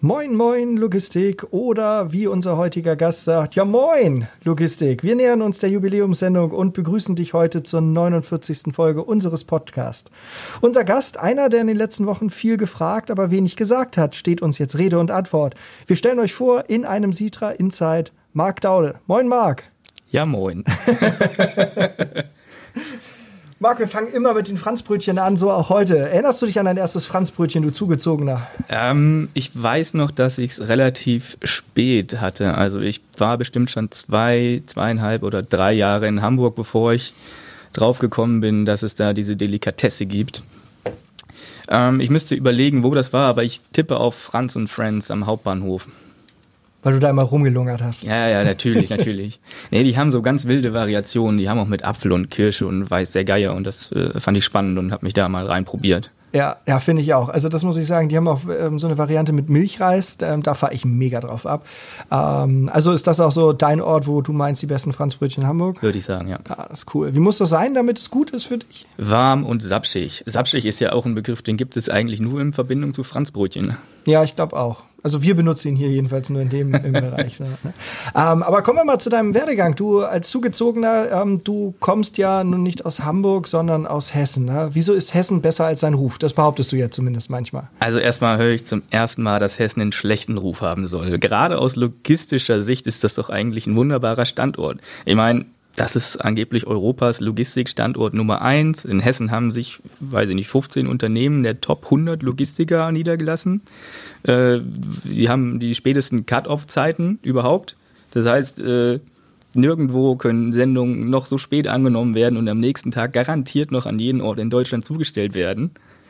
Moin, moin, Logistik oder wie unser heutiger Gast sagt, ja moin, Logistik. Wir nähern uns der Jubiläumssendung und begrüßen dich heute zur 49. Folge unseres Podcasts. Unser Gast, einer, der in den letzten Wochen viel gefragt, aber wenig gesagt hat, steht uns jetzt Rede und Antwort. Wir stellen euch vor, in einem Sitra Insight, Marc Daude. Moin, Marc. Ja, moin. Marc, wir fangen immer mit den Franzbrötchen an, so auch heute. Erinnerst du dich an dein erstes Franzbrötchen, du Zugezogener? Ich weiß noch, dass ich es relativ spät hatte. Also ich war bestimmt schon 2,5 oder 3 Jahre in Hamburg, bevor ich draufgekommen bin, dass es da diese Delikatesse gibt. Ich müsste überlegen, wo das war, aber ich tippe auf Franz und Friends am Hauptbahnhof. Weil du da immer rumgelungert hast. Ja, natürlich. Nee, die haben so ganz wilde Variationen. Die haben auch mit Apfel und Kirsche und weiß der Geier. Und das fand ich spannend und habe mich da mal reinprobiert. Ja, finde ich auch. Also das muss ich sagen, die haben auch so eine Variante mit Milchreis. Da fahre ich mega drauf ab. Also ist das auch so dein Ort, wo du meinst, die besten Franzbrötchen in Hamburg? Würde ich sagen, ja. Ja, das ist cool. Wie muss das sein, damit es gut ist für dich? Warm und sapschig. Sapschig ist ja auch ein Begriff, den gibt es eigentlich nur in Verbindung zu Franzbrötchen. Ja, ich glaube auch. Also wir benutzen ihn hier jedenfalls nur in dem im Bereich. Ne? Aber kommen wir mal zu deinem Werdegang. Du als Zugezogener, du kommst ja nun nicht aus Hamburg, sondern aus Hessen. Ne? Wieso ist Hessen besser als sein Ruf? Das behauptest du ja zumindest manchmal. Also erstmal höre ich zum ersten Mal, dass Hessen einen schlechten Ruf haben soll. Gerade aus logistischer Sicht ist das doch eigentlich ein wunderbarer Standort. Ich meine, das ist angeblich Europas Logistikstandort Nummer 1. In Hessen haben sich, 15 Unternehmen der Top 100 Logistiker niedergelassen. Die haben die spätesten Cut-Off-Zeiten überhaupt. Das heißt, nirgendwo können Sendungen noch so spät angenommen werden und am nächsten Tag garantiert noch an jeden Ort in Deutschland zugestellt werden.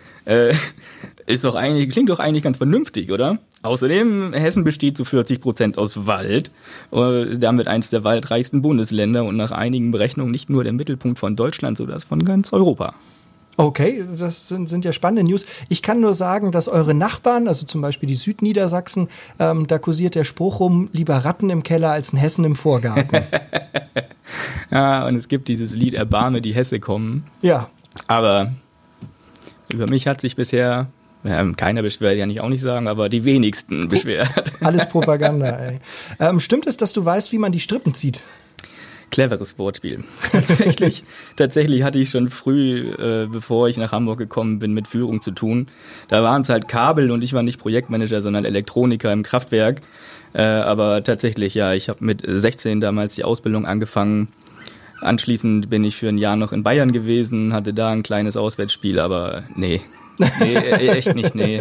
Klingt doch eigentlich ganz vernünftig, oder? Außerdem, Hessen besteht zu 40% aus Wald, damit eines der waldreichsten Bundesländer und nach einigen Berechnungen nicht nur der Mittelpunkt von Deutschland, sondern von ganz Europa. Okay, das sind ja spannende News. Ich kann nur sagen, dass eure Nachbarn, also zum Beispiel die Südniedersachsen, da kursiert der Spruch rum, lieber Ratten im Keller als ein Hessen im Vorgarten. Ja, und es gibt dieses Lied Erbarme die Hesse kommen. Ja. Aber über mich hat sich bisher keiner beschwert, kann ich auch nicht sagen, aber die wenigsten beschwert. Alles Propaganda, ey. Stimmt es, dass du weißt, wie man die Strippen zieht? Cleveres Wortspiel. Tatsächlich hatte ich schon früh, bevor ich nach Hamburg gekommen bin, mit Führung zu tun. Da waren es halt Kabel und ich war nicht Projektmanager, sondern Elektroniker im Kraftwerk. Aber tatsächlich, ja, ich habe mit 16 damals die Ausbildung angefangen. Anschließend bin ich für ein Jahr noch in Bayern gewesen, hatte da ein kleines Auswärtsspiel, aber nee, echt nicht, nee.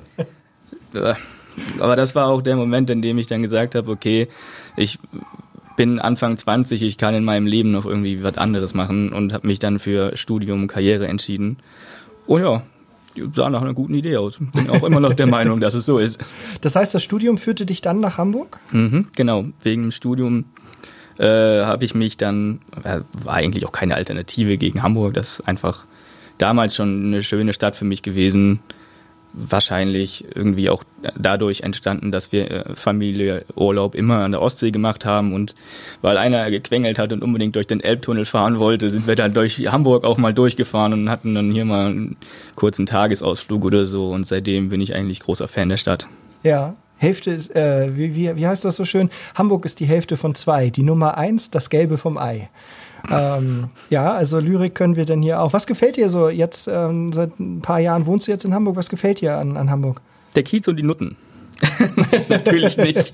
Aber das war auch der Moment, in dem ich dann gesagt habe, okay, ich bin Anfang 20, ich kann in meinem Leben noch irgendwie was anderes machen und habe mich dann für Studium und Karriere entschieden. Und ja, sah nach einer guten Idee aus. Bin auch immer noch der Meinung, dass es so ist. Das heißt, das Studium führte dich dann nach Hamburg? Genau, wegen dem Studium habe ich mich dann, war eigentlich auch keine Alternative gegen Hamburg, das ist einfach damals schon eine schöne Stadt für mich gewesen. Wahrscheinlich irgendwie auch dadurch entstanden, dass wir Familienurlaub immer an der Ostsee gemacht haben und weil einer gequengelt hat und unbedingt durch den Elbtunnel fahren wollte, sind wir dann durch Hamburg auch mal durchgefahren und hatten dann hier mal einen kurzen Tagesausflug oder so und seitdem bin ich eigentlich großer Fan der Stadt. Ja. Hälfte ist, wie heißt das so schön? Hamburg ist die Hälfte von 2. Die Nummer 1, das Gelbe vom Ei. Ja, also Lyrik können wir denn hier auch. Was gefällt dir so jetzt, seit ein paar Jahren wohnst du jetzt in Hamburg, was gefällt dir an Hamburg? Der Kiez und die Nutten. Natürlich nicht.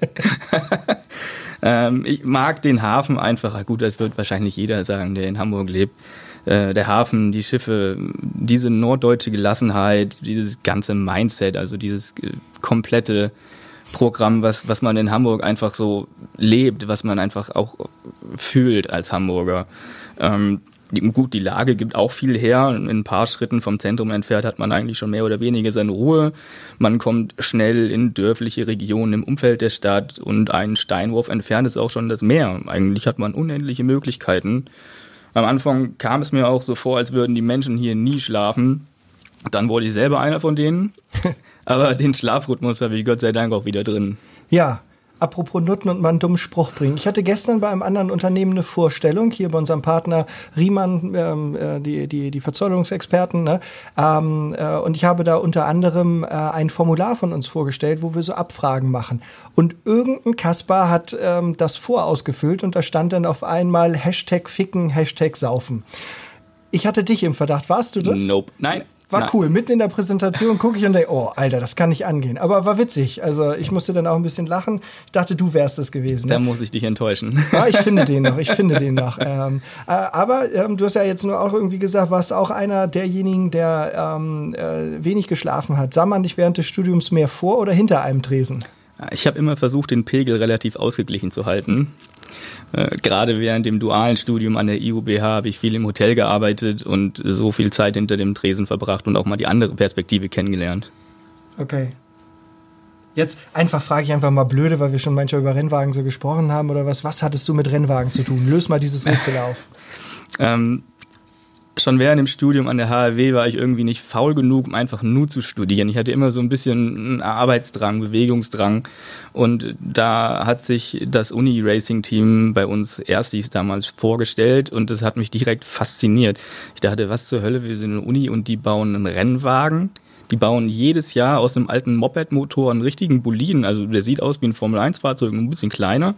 Ich mag den Hafen einfach. Gut, das wird wahrscheinlich jeder sagen, der in Hamburg lebt. Der Hafen, die Schiffe, diese norddeutsche Gelassenheit, dieses ganze Mindset, also dieses komplette Programm, was man in Hamburg einfach so lebt, was man einfach auch fühlt als Hamburger. Gut, die Lage gibt auch viel her. In ein paar Schritten vom Zentrum entfernt hat man eigentlich schon mehr oder weniger seine Ruhe. Man kommt schnell in dörfliche Regionen im Umfeld der Stadt und einen Steinwurf entfernt ist auch schon das Meer. Eigentlich hat man unendliche Möglichkeiten. Am Anfang kam es mir auch so vor, als würden die Menschen hier nie schlafen. Dann wurde ich selber einer von denen. Aber den Schlafrhythmus habe ich Gott sei Dank auch wieder drin. Ja, apropos Nutten und mal einen dummen Spruch bringen. Ich hatte gestern bei einem anderen Unternehmen eine Vorstellung, hier bei unserem Partner Riemann, die Verzollungsexperten, ne? Und ich habe da unter anderem ein Formular von uns vorgestellt, wo wir so Abfragen machen. Und irgendein Kasper hat das vorausgefüllt und da stand dann auf einmal Hashtag Ficken, Hashtag Saufen. Ich hatte dich im Verdacht. Warst du das? Nope. Nein. War cool. Mitten in der Präsentation gucke ich und denke, oh, Alter, das kann nicht angehen. Aber war witzig. Also ich musste dann auch ein bisschen lachen. Ich dachte, du wärst das gewesen. Da muss ich dich enttäuschen. Ja, ich finde den noch. Aber du hast ja jetzt nur auch irgendwie gesagt, warst auch einer derjenigen, der wenig geschlafen hat. Sah man dich während des Studiums mehr vor oder hinter einem Tresen? Ich habe immer versucht, den Pegel relativ ausgeglichen zu halten. Gerade während dem dualen Studium an der IUBH habe ich viel im Hotel gearbeitet und so viel Zeit hinter dem Tresen verbracht und auch mal die andere Perspektive kennengelernt. Okay. Jetzt frage ich einfach mal blöde, weil wir schon manchmal über Rennwagen so gesprochen haben oder was. Was hattest du mit Rennwagen zu tun? Löse mal dieses Rätsel auf. Schon während dem Studium an der HRW war ich irgendwie nicht faul genug, um einfach nur zu studieren. Ich hatte immer so ein bisschen einen Arbeitsdrang, Bewegungsdrang. Und da hat sich das Uni-Racing-Team bei uns Erstis damals vorgestellt und das hat mich direkt fasziniert. Ich dachte, was zur Hölle, wir sind eine Uni und die bauen einen Rennwagen. Die bauen jedes Jahr aus einem alten Moped-Motor einen richtigen Boliden. Also der sieht aus wie ein Formel-1-Fahrzeug, ein bisschen kleiner.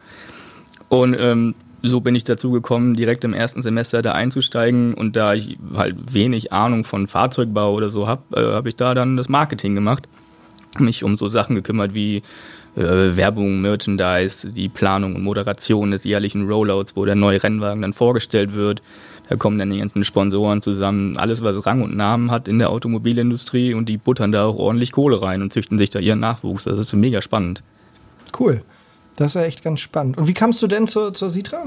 Und so bin ich dazu gekommen, direkt im ersten Semester da einzusteigen und da ich halt wenig Ahnung von Fahrzeugbau oder so habe ich da dann das Marketing gemacht, mich um so Sachen gekümmert wie Werbung, Merchandise, die Planung und Moderation des jährlichen Rollouts, wo der neue Rennwagen dann vorgestellt wird. Da kommen dann die ganzen Sponsoren zusammen, alles was Rang und Namen hat in der Automobilindustrie und die buttern da auch ordentlich Kohle rein und züchten sich da ihren Nachwuchs. Das ist mega spannend. Cool. Das ist ja echt ganz spannend. Und wie kamst du denn zur Sitra?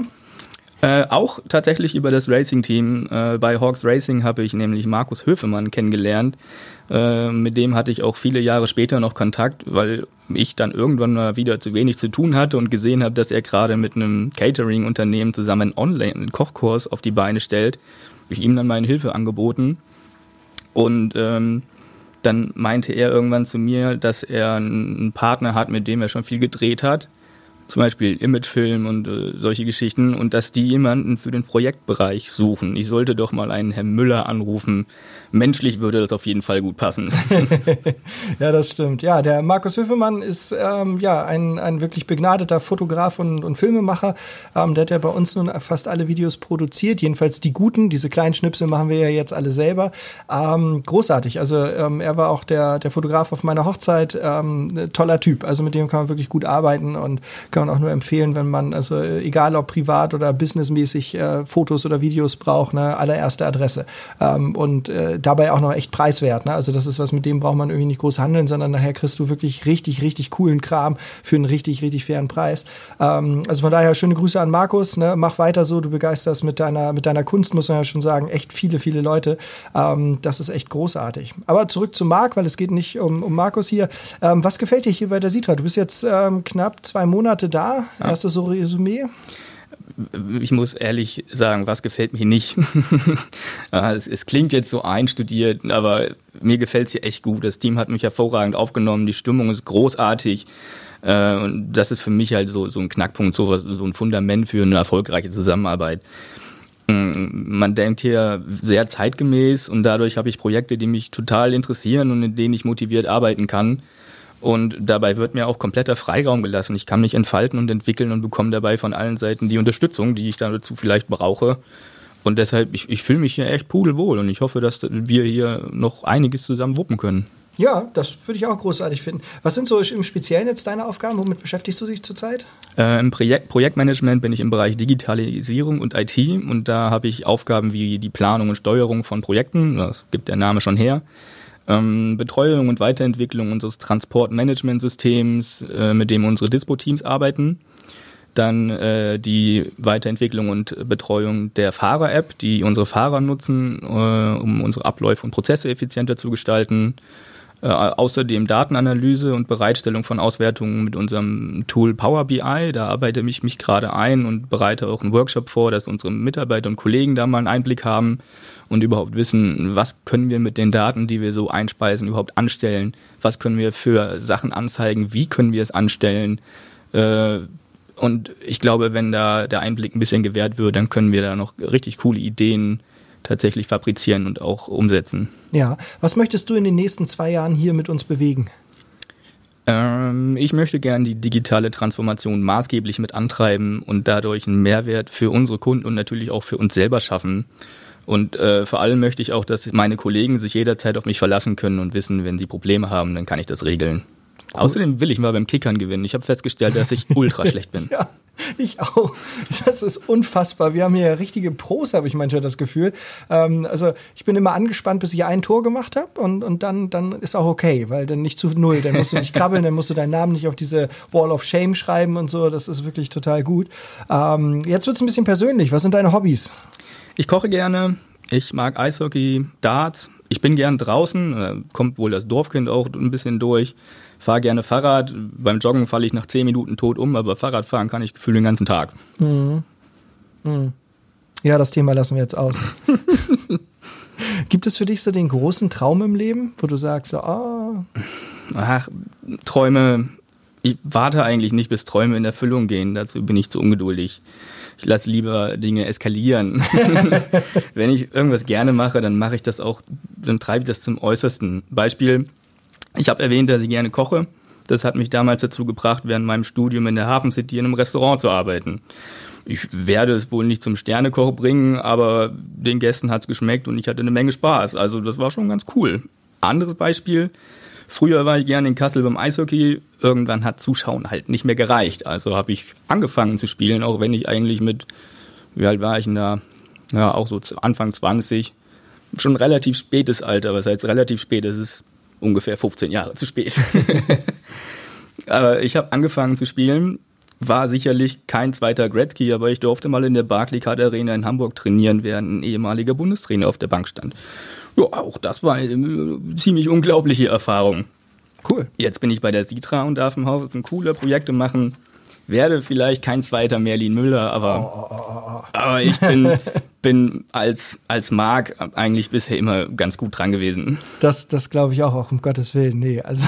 Auch tatsächlich über das Racing-Team. Bei Hawks Racing habe ich nämlich Markus Höfemann kennengelernt. Mit dem hatte ich auch viele Jahre später noch Kontakt, weil ich dann irgendwann mal wieder zu wenig zu tun hatte und gesehen habe, dass er gerade mit einem Catering-Unternehmen zusammen einen Kochkurs auf die Beine stellt. Habe ich ihm dann meine Hilfe angeboten. Und dann meinte er irgendwann zu mir, dass er einen Partner hat, mit dem er schon viel gedreht hat. Zum Beispiel Imagefilm und solche Geschichten und dass die jemanden für den Projektbereich suchen. Ich sollte doch mal einen Herrn Müller anrufen. Menschlich würde das auf jeden Fall gut passen. Ja, das stimmt. Ja, der Markus Höfemann ist ein wirklich begnadeter Fotograf und Filmemacher. Der hat ja bei uns nun fast alle Videos produziert, jedenfalls die guten. Diese kleinen Schnipsel machen wir ja jetzt alle selber. Großartig. Also er war auch der Fotograf auf meiner Hochzeit. Toller Typ. Also mit dem kann man wirklich gut arbeiten und kann man auch nur empfehlen, wenn man, also egal ob privat oder businessmäßig Fotos oder Videos braucht, ne, allererste Adresse. Und dabei auch noch echt preiswert. Ne? Also das ist was, mit dem braucht man irgendwie nicht groß handeln, sondern nachher kriegst du wirklich richtig, richtig coolen Kram für einen richtig, richtig fairen Preis. Also von daher schöne Grüße an Markus. Ne? Mach weiter so, du begeisterst mit deiner Kunst, muss man ja schon sagen, echt viele, viele Leute. Das ist echt großartig. Aber zurück zu Marc, weil es geht nicht um Markus hier. Was gefällt dir hier bei der Sitra? Du bist jetzt knapp 2 Monate da. Ja. Erstes so Resümee. Ich muss ehrlich sagen, was gefällt mir nicht. Es klingt jetzt so einstudiert, aber mir gefällt es hier echt gut. Das Team hat mich hervorragend aufgenommen, die Stimmung ist großartig. Und das ist für mich halt so ein Knackpunkt, so ein Fundament für eine erfolgreiche Zusammenarbeit. Man denkt hier sehr zeitgemäß und dadurch habe ich Projekte, die mich total interessieren und in denen ich motiviert arbeiten kann. Und dabei wird mir auch kompletter Freiraum gelassen. Ich kann mich entfalten und entwickeln und bekomme dabei von allen Seiten die Unterstützung, die ich dazu vielleicht brauche. Und deshalb, ich fühle mich hier echt pudelwohl und ich hoffe, dass wir hier noch einiges zusammen wuppen können. Ja, das würde ich auch großartig finden. Was sind so im Speziellen jetzt deine Aufgaben? Womit beschäftigst du dich zurzeit? Im Projektmanagement bin ich im Bereich Digitalisierung und IT und da habe ich Aufgaben wie die Planung und Steuerung von Projekten, das gibt der Name schon her. Betreuung und Weiterentwicklung unseres Transportmanagementsystems, mit dem unsere Dispo-Teams arbeiten. Dann die Weiterentwicklung und Betreuung der Fahrer-App, die unsere Fahrer nutzen, um unsere Abläufe und Prozesse effizienter zu gestalten. Außerdem Datenanalyse und Bereitstellung von Auswertungen mit unserem Tool Power BI. Da arbeite ich mich gerade ein und bereite auch einen Workshop vor, dass unsere Mitarbeiter und Kollegen da mal einen Einblick haben und überhaupt wissen, was können wir mit den Daten, die wir so einspeisen, überhaupt anstellen. Was können wir für Sachen anzeigen, wie können wir es anstellen. Und ich glaube, wenn da der Einblick ein bisschen gewährt wird, dann können wir da noch richtig coole Ideen tatsächlich fabrizieren und auch umsetzen. Ja, was möchtest du in den nächsten 2 Jahren hier mit uns bewegen? Ich möchte gerne die digitale Transformation maßgeblich mit antreiben und dadurch einen Mehrwert für unsere Kunden und natürlich auch für uns selber schaffen. Und vor allem möchte ich auch, dass meine Kollegen sich jederzeit auf mich verlassen können und wissen, wenn sie Probleme haben, dann kann ich das regeln. Cool. Außerdem will ich mal beim Kickern gewinnen. Ich habe festgestellt, dass ich ultra schlecht bin. Ja, ich auch. Das ist unfassbar. Wir haben hier richtige Pros, habe ich manchmal das Gefühl. Also ich bin immer angespannt, bis ich ein Tor gemacht habe und dann ist auch okay, weil dann nicht zu 0. Dann musst du nicht krabbeln, dann musst du deinen Namen nicht auf diese Wall of Shame schreiben und so. Das ist wirklich total gut. Jetzt wird es ein bisschen persönlich. Was sind deine Hobbys? Ich koche gerne. Ich mag Eishockey, Darts. Ich bin gern draußen. Kommt wohl das Dorfkind auch ein bisschen durch. Fahre gerne Fahrrad. Beim Joggen falle ich nach 10 Minuten tot um, aber Fahrradfahren kann ich gefühlt den ganzen Tag. Mhm. Mhm. Ja, das Thema lassen wir jetzt aus. Gibt es für dich so den großen Traum im Leben, wo du sagst, so, Ach, Träume. Ich warte eigentlich nicht, bis Träume in Erfüllung gehen. Dazu bin ich zu ungeduldig. Ich lasse lieber Dinge eskalieren. Wenn ich irgendwas gerne mache, dann mache ich das auch, dann treibe ich das zum Äußersten. Beispiel, ich habe erwähnt, dass ich gerne koche. Das hat mich damals dazu gebracht, während meinem Studium in der Hafen City in einem Restaurant zu arbeiten. Ich werde es wohl nicht zum Sternekoch bringen, aber den Gästen hat's geschmeckt und ich hatte eine Menge Spaß. Also das war schon ganz cool. Anderes Beispiel, früher war ich gerne in Kassel beim Eishockey. Irgendwann hat Zuschauen halt nicht mehr gereicht. Also habe ich angefangen zu spielen, auch wenn ich eigentlich mit, wie alt war ich denn da? Ja, auch so Anfang 20. Schon relativ spätes Alter. Was heißt relativ spät? Es ist ungefähr 15 Jahre zu spät. Aber ich habe angefangen zu spielen, war sicherlich kein zweiter Gretzky, aber ich durfte mal in der Barclaycard Arena in Hamburg trainieren, während ein ehemaliger Bundestrainer auf der Bank stand. Ja, auch das war eine ziemlich unglaubliche Erfahrung. Cool. Jetzt bin ich bei der Sitra und darf im Haufen coole Projekte machen. Werde vielleicht kein zweiter Merlin Müller, aber ich bin als Mark eigentlich bisher immer ganz gut dran gewesen. Das glaube ich auch, um Gottes Willen. Nee, also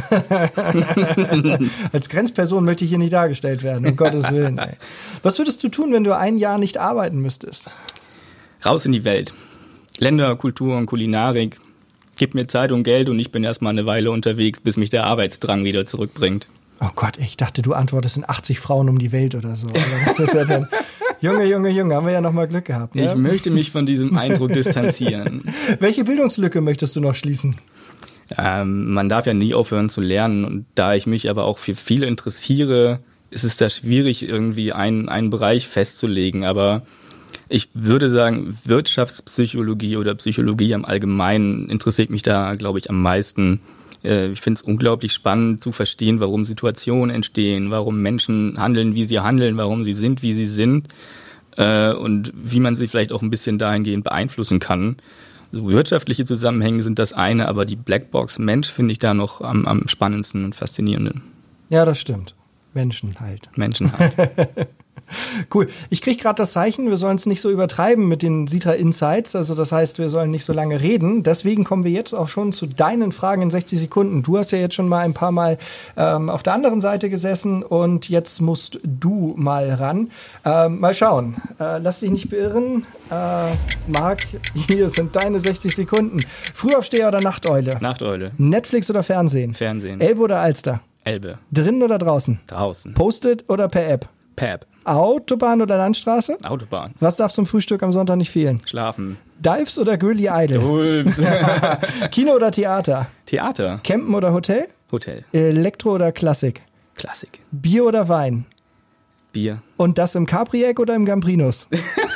als Grenzperson möchte ich hier nicht dargestellt werden, um Gottes Willen. Ey. Was würdest du tun, wenn du 1 Jahr nicht arbeiten müsstest? Raus in die Welt. Länder, Kultur und Kulinarik. Gib mir Zeit und Geld und ich bin erstmal eine Weile unterwegs, bis mich der Arbeitsdrang wieder zurückbringt. Oh Gott, ich dachte, du antwortest in 80 Frauen um die Welt oder so. Aber was ist ja denn? Junge, haben wir ja noch mal Glück gehabt. Ne? Ich möchte mich von diesem Eindruck distanzieren. Welche Bildungslücke möchtest du noch schließen? Man darf ja nie aufhören zu lernen. Und da ich mich aber auch für viele interessiere, ist es da schwierig, irgendwie einen Bereich festzulegen. Aber ich würde sagen, Wirtschaftspsychologie oder Psychologie im Allgemeinen interessiert mich da, glaube ich, am meisten. Ich finde es unglaublich spannend zu verstehen, warum Situationen entstehen, warum Menschen handeln, wie sie handeln, warum sie sind, wie sie sind und wie man sie vielleicht auch ein bisschen dahingehend beeinflussen kann. Also wirtschaftliche Zusammenhänge sind das eine, aber die Blackbox Mensch finde ich da noch am spannendsten und faszinierenden. Ja, das stimmt. Menschen halt. Cool. Ich kriege gerade das Zeichen, wir sollen es nicht so übertreiben mit den Sitra Insights. Also das heißt, wir sollen nicht so lange reden. Deswegen kommen wir jetzt auch schon zu deinen Fragen in 60 Sekunden. Du hast ja jetzt schon mal ein paar Mal auf der anderen Seite gesessen und jetzt musst du mal ran. Mal schauen. Lass dich nicht beirren. Marc, hier sind deine 60 Sekunden. Frühaufsteher oder Nachteule? Nachteule. Netflix oder Fernsehen? Fernsehen. Elbe oder Alster? Elbe. Drinnen oder draußen? Draußen. Post-it oder per App? Per App. Autobahn oder Landstraße? Autobahn. Was darf zum Frühstück am Sonntag nicht fehlen? Schlafen. Dives oder Grilly Idol? Kino oder Theater? Theater. Campen oder Hotel? Hotel. Elektro oder Klassik? Klassik. Bier oder Wein? Bier. Und das im Capri-Egg oder im Gambrinus?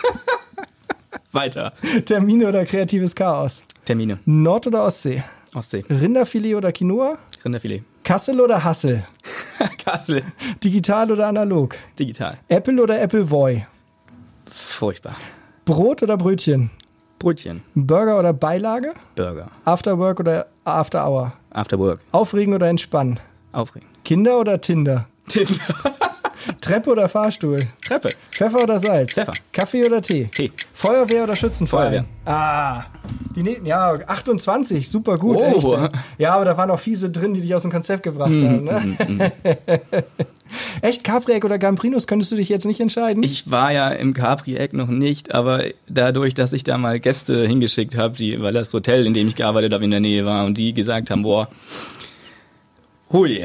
Weiter. Termine oder kreatives Chaos? Termine. Nord- oder Ostsee? Ostsee. Rinderfilet oder Quinoa? Rinderfilet. Kassel oder Hassel? Kassel. Digital oder analog? Digital. Apple oder Appleboy? Furchtbar. Brot oder Brötchen? Brötchen. Burger oder Beilage? Burger. After Work oder After Hour? After Work. Aufregen oder entspannen? Aufregen. Kinder oder Tinder? Tinder. Treppe oder Fahrstuhl? Treppe. Pfeffer oder Salz? Pfeffer. Kaffee oder Tee? Tee. Feuerwehr oder Schützenverein? Feuerwehr. Ja, 28, super gut. Oh. Echt. Ja, aber da waren auch fiese drin, die dich aus dem Konzept gebracht haben. Ne? Echt, Capri-Egg oder Gambrinus, könntest du dich jetzt nicht entscheiden? Ich war ja im Capri-Egg noch nicht, aber dadurch, dass ich da mal Gäste hingeschickt habe, weil das Hotel, in dem ich gearbeitet habe, in der Nähe war und die gesagt haben, boah, hui.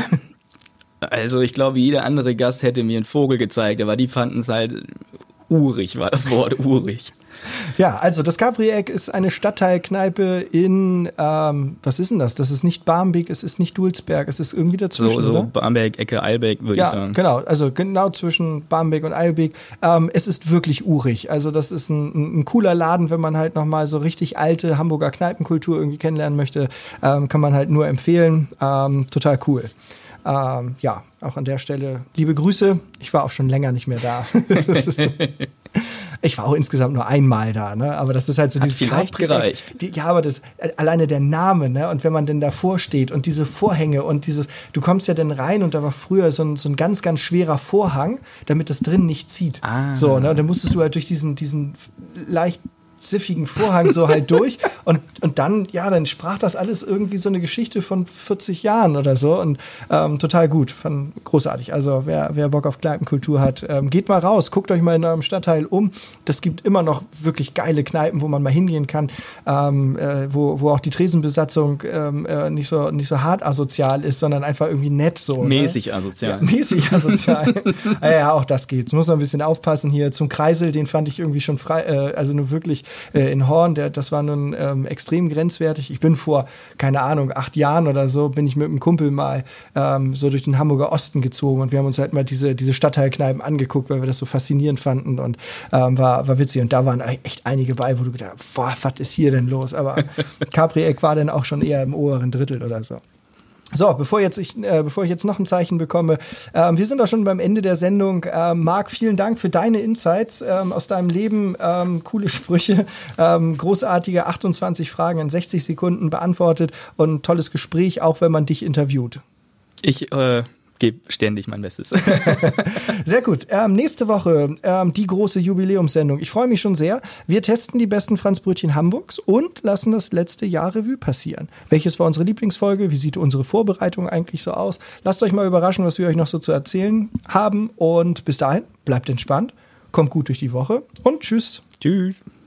Also ich glaube, jeder andere Gast hätte mir einen Vogel gezeigt, aber die fanden es halt urig, war das Wort, urig. Ja, also das Capri-Egg ist eine Stadtteilkneipe in, was ist denn das? Das ist nicht Barmbek, es ist nicht Dulsberg, es ist irgendwie dazwischen, So oder? Barmbek, Ecke Eilbek, würde ich sagen. Ja, genau, also genau zwischen Barmbek und Eilbek. Es ist wirklich urig, also das ist ein cooler Laden, wenn man halt nochmal so richtig alte Hamburger Kneipenkultur irgendwie kennenlernen möchte, kann man halt nur empfehlen, total cool. Ja, auch an der Stelle liebe Grüße. Ich war auch schon länger nicht mehr da. Ich war auch insgesamt nur einmal da, ne? Aber das ist halt so Hat dieses vielleicht gereicht. Ja, aber das alleine der Name, ne? Und wenn man denn davor steht und diese Vorhänge und du kommst ja dann rein und da war früher so ein ganz, ganz schwerer Vorhang, damit das drin nicht zieht. Ah. So, ne? Und dann musstest du halt durch diesen leicht ziffigen Vorhang so halt durch und dann, ja, dann sprach das alles irgendwie so eine Geschichte von 40 Jahren oder so und total gut, großartig. Also wer Bock auf Kneipenkultur hat, geht mal raus, guckt euch mal in eurem Stadtteil um. Das gibt immer noch wirklich geile Kneipen, wo man mal hingehen kann, wo auch die Tresenbesatzung nicht so hart asozial ist, sondern einfach irgendwie nett so. Mäßig ne? asozial. Ja, mäßig asozial. Ja, auch das geht. Muss man ein bisschen aufpassen hier. Zum Kreisel, den fand ich irgendwie schon frei, also nur wirklich in Horn, das war nun extrem grenzwertig. Ich bin vor, keine Ahnung, 8 Jahren oder so, bin ich mit einem Kumpel mal so durch den Hamburger Osten gezogen und wir haben uns halt mal diese Stadtteilkneipen angeguckt, weil wir das so faszinierend fanden und war witzig. Und da waren echt einige bei, wo du gedacht hast, boah, was ist hier denn los? Aber Capri-Egg war dann auch schon eher im oberen Drittel oder so. So, bevor ich jetzt noch ein Zeichen bekomme, wir sind auch schon beim Ende der Sendung. Marc, vielen Dank für deine Insights aus deinem Leben, coole Sprüche, großartige 28 Fragen in 60 Sekunden beantwortet und tolles Gespräch, auch wenn man dich interviewt. Ich gebe ständig mein Bestes. Sehr gut. Nächste Woche die große Jubiläumssendung. Ich freue mich schon sehr. Wir testen die besten Franzbrötchen Hamburgs und lassen das letzte Jahr Revue passieren. Welches war unsere Lieblingsfolge? Wie sieht unsere Vorbereitung eigentlich so aus? Lasst euch mal überraschen, was wir euch noch so zu erzählen haben. Und bis dahin, bleibt entspannt, kommt gut durch die Woche und tschüss. Tschüss.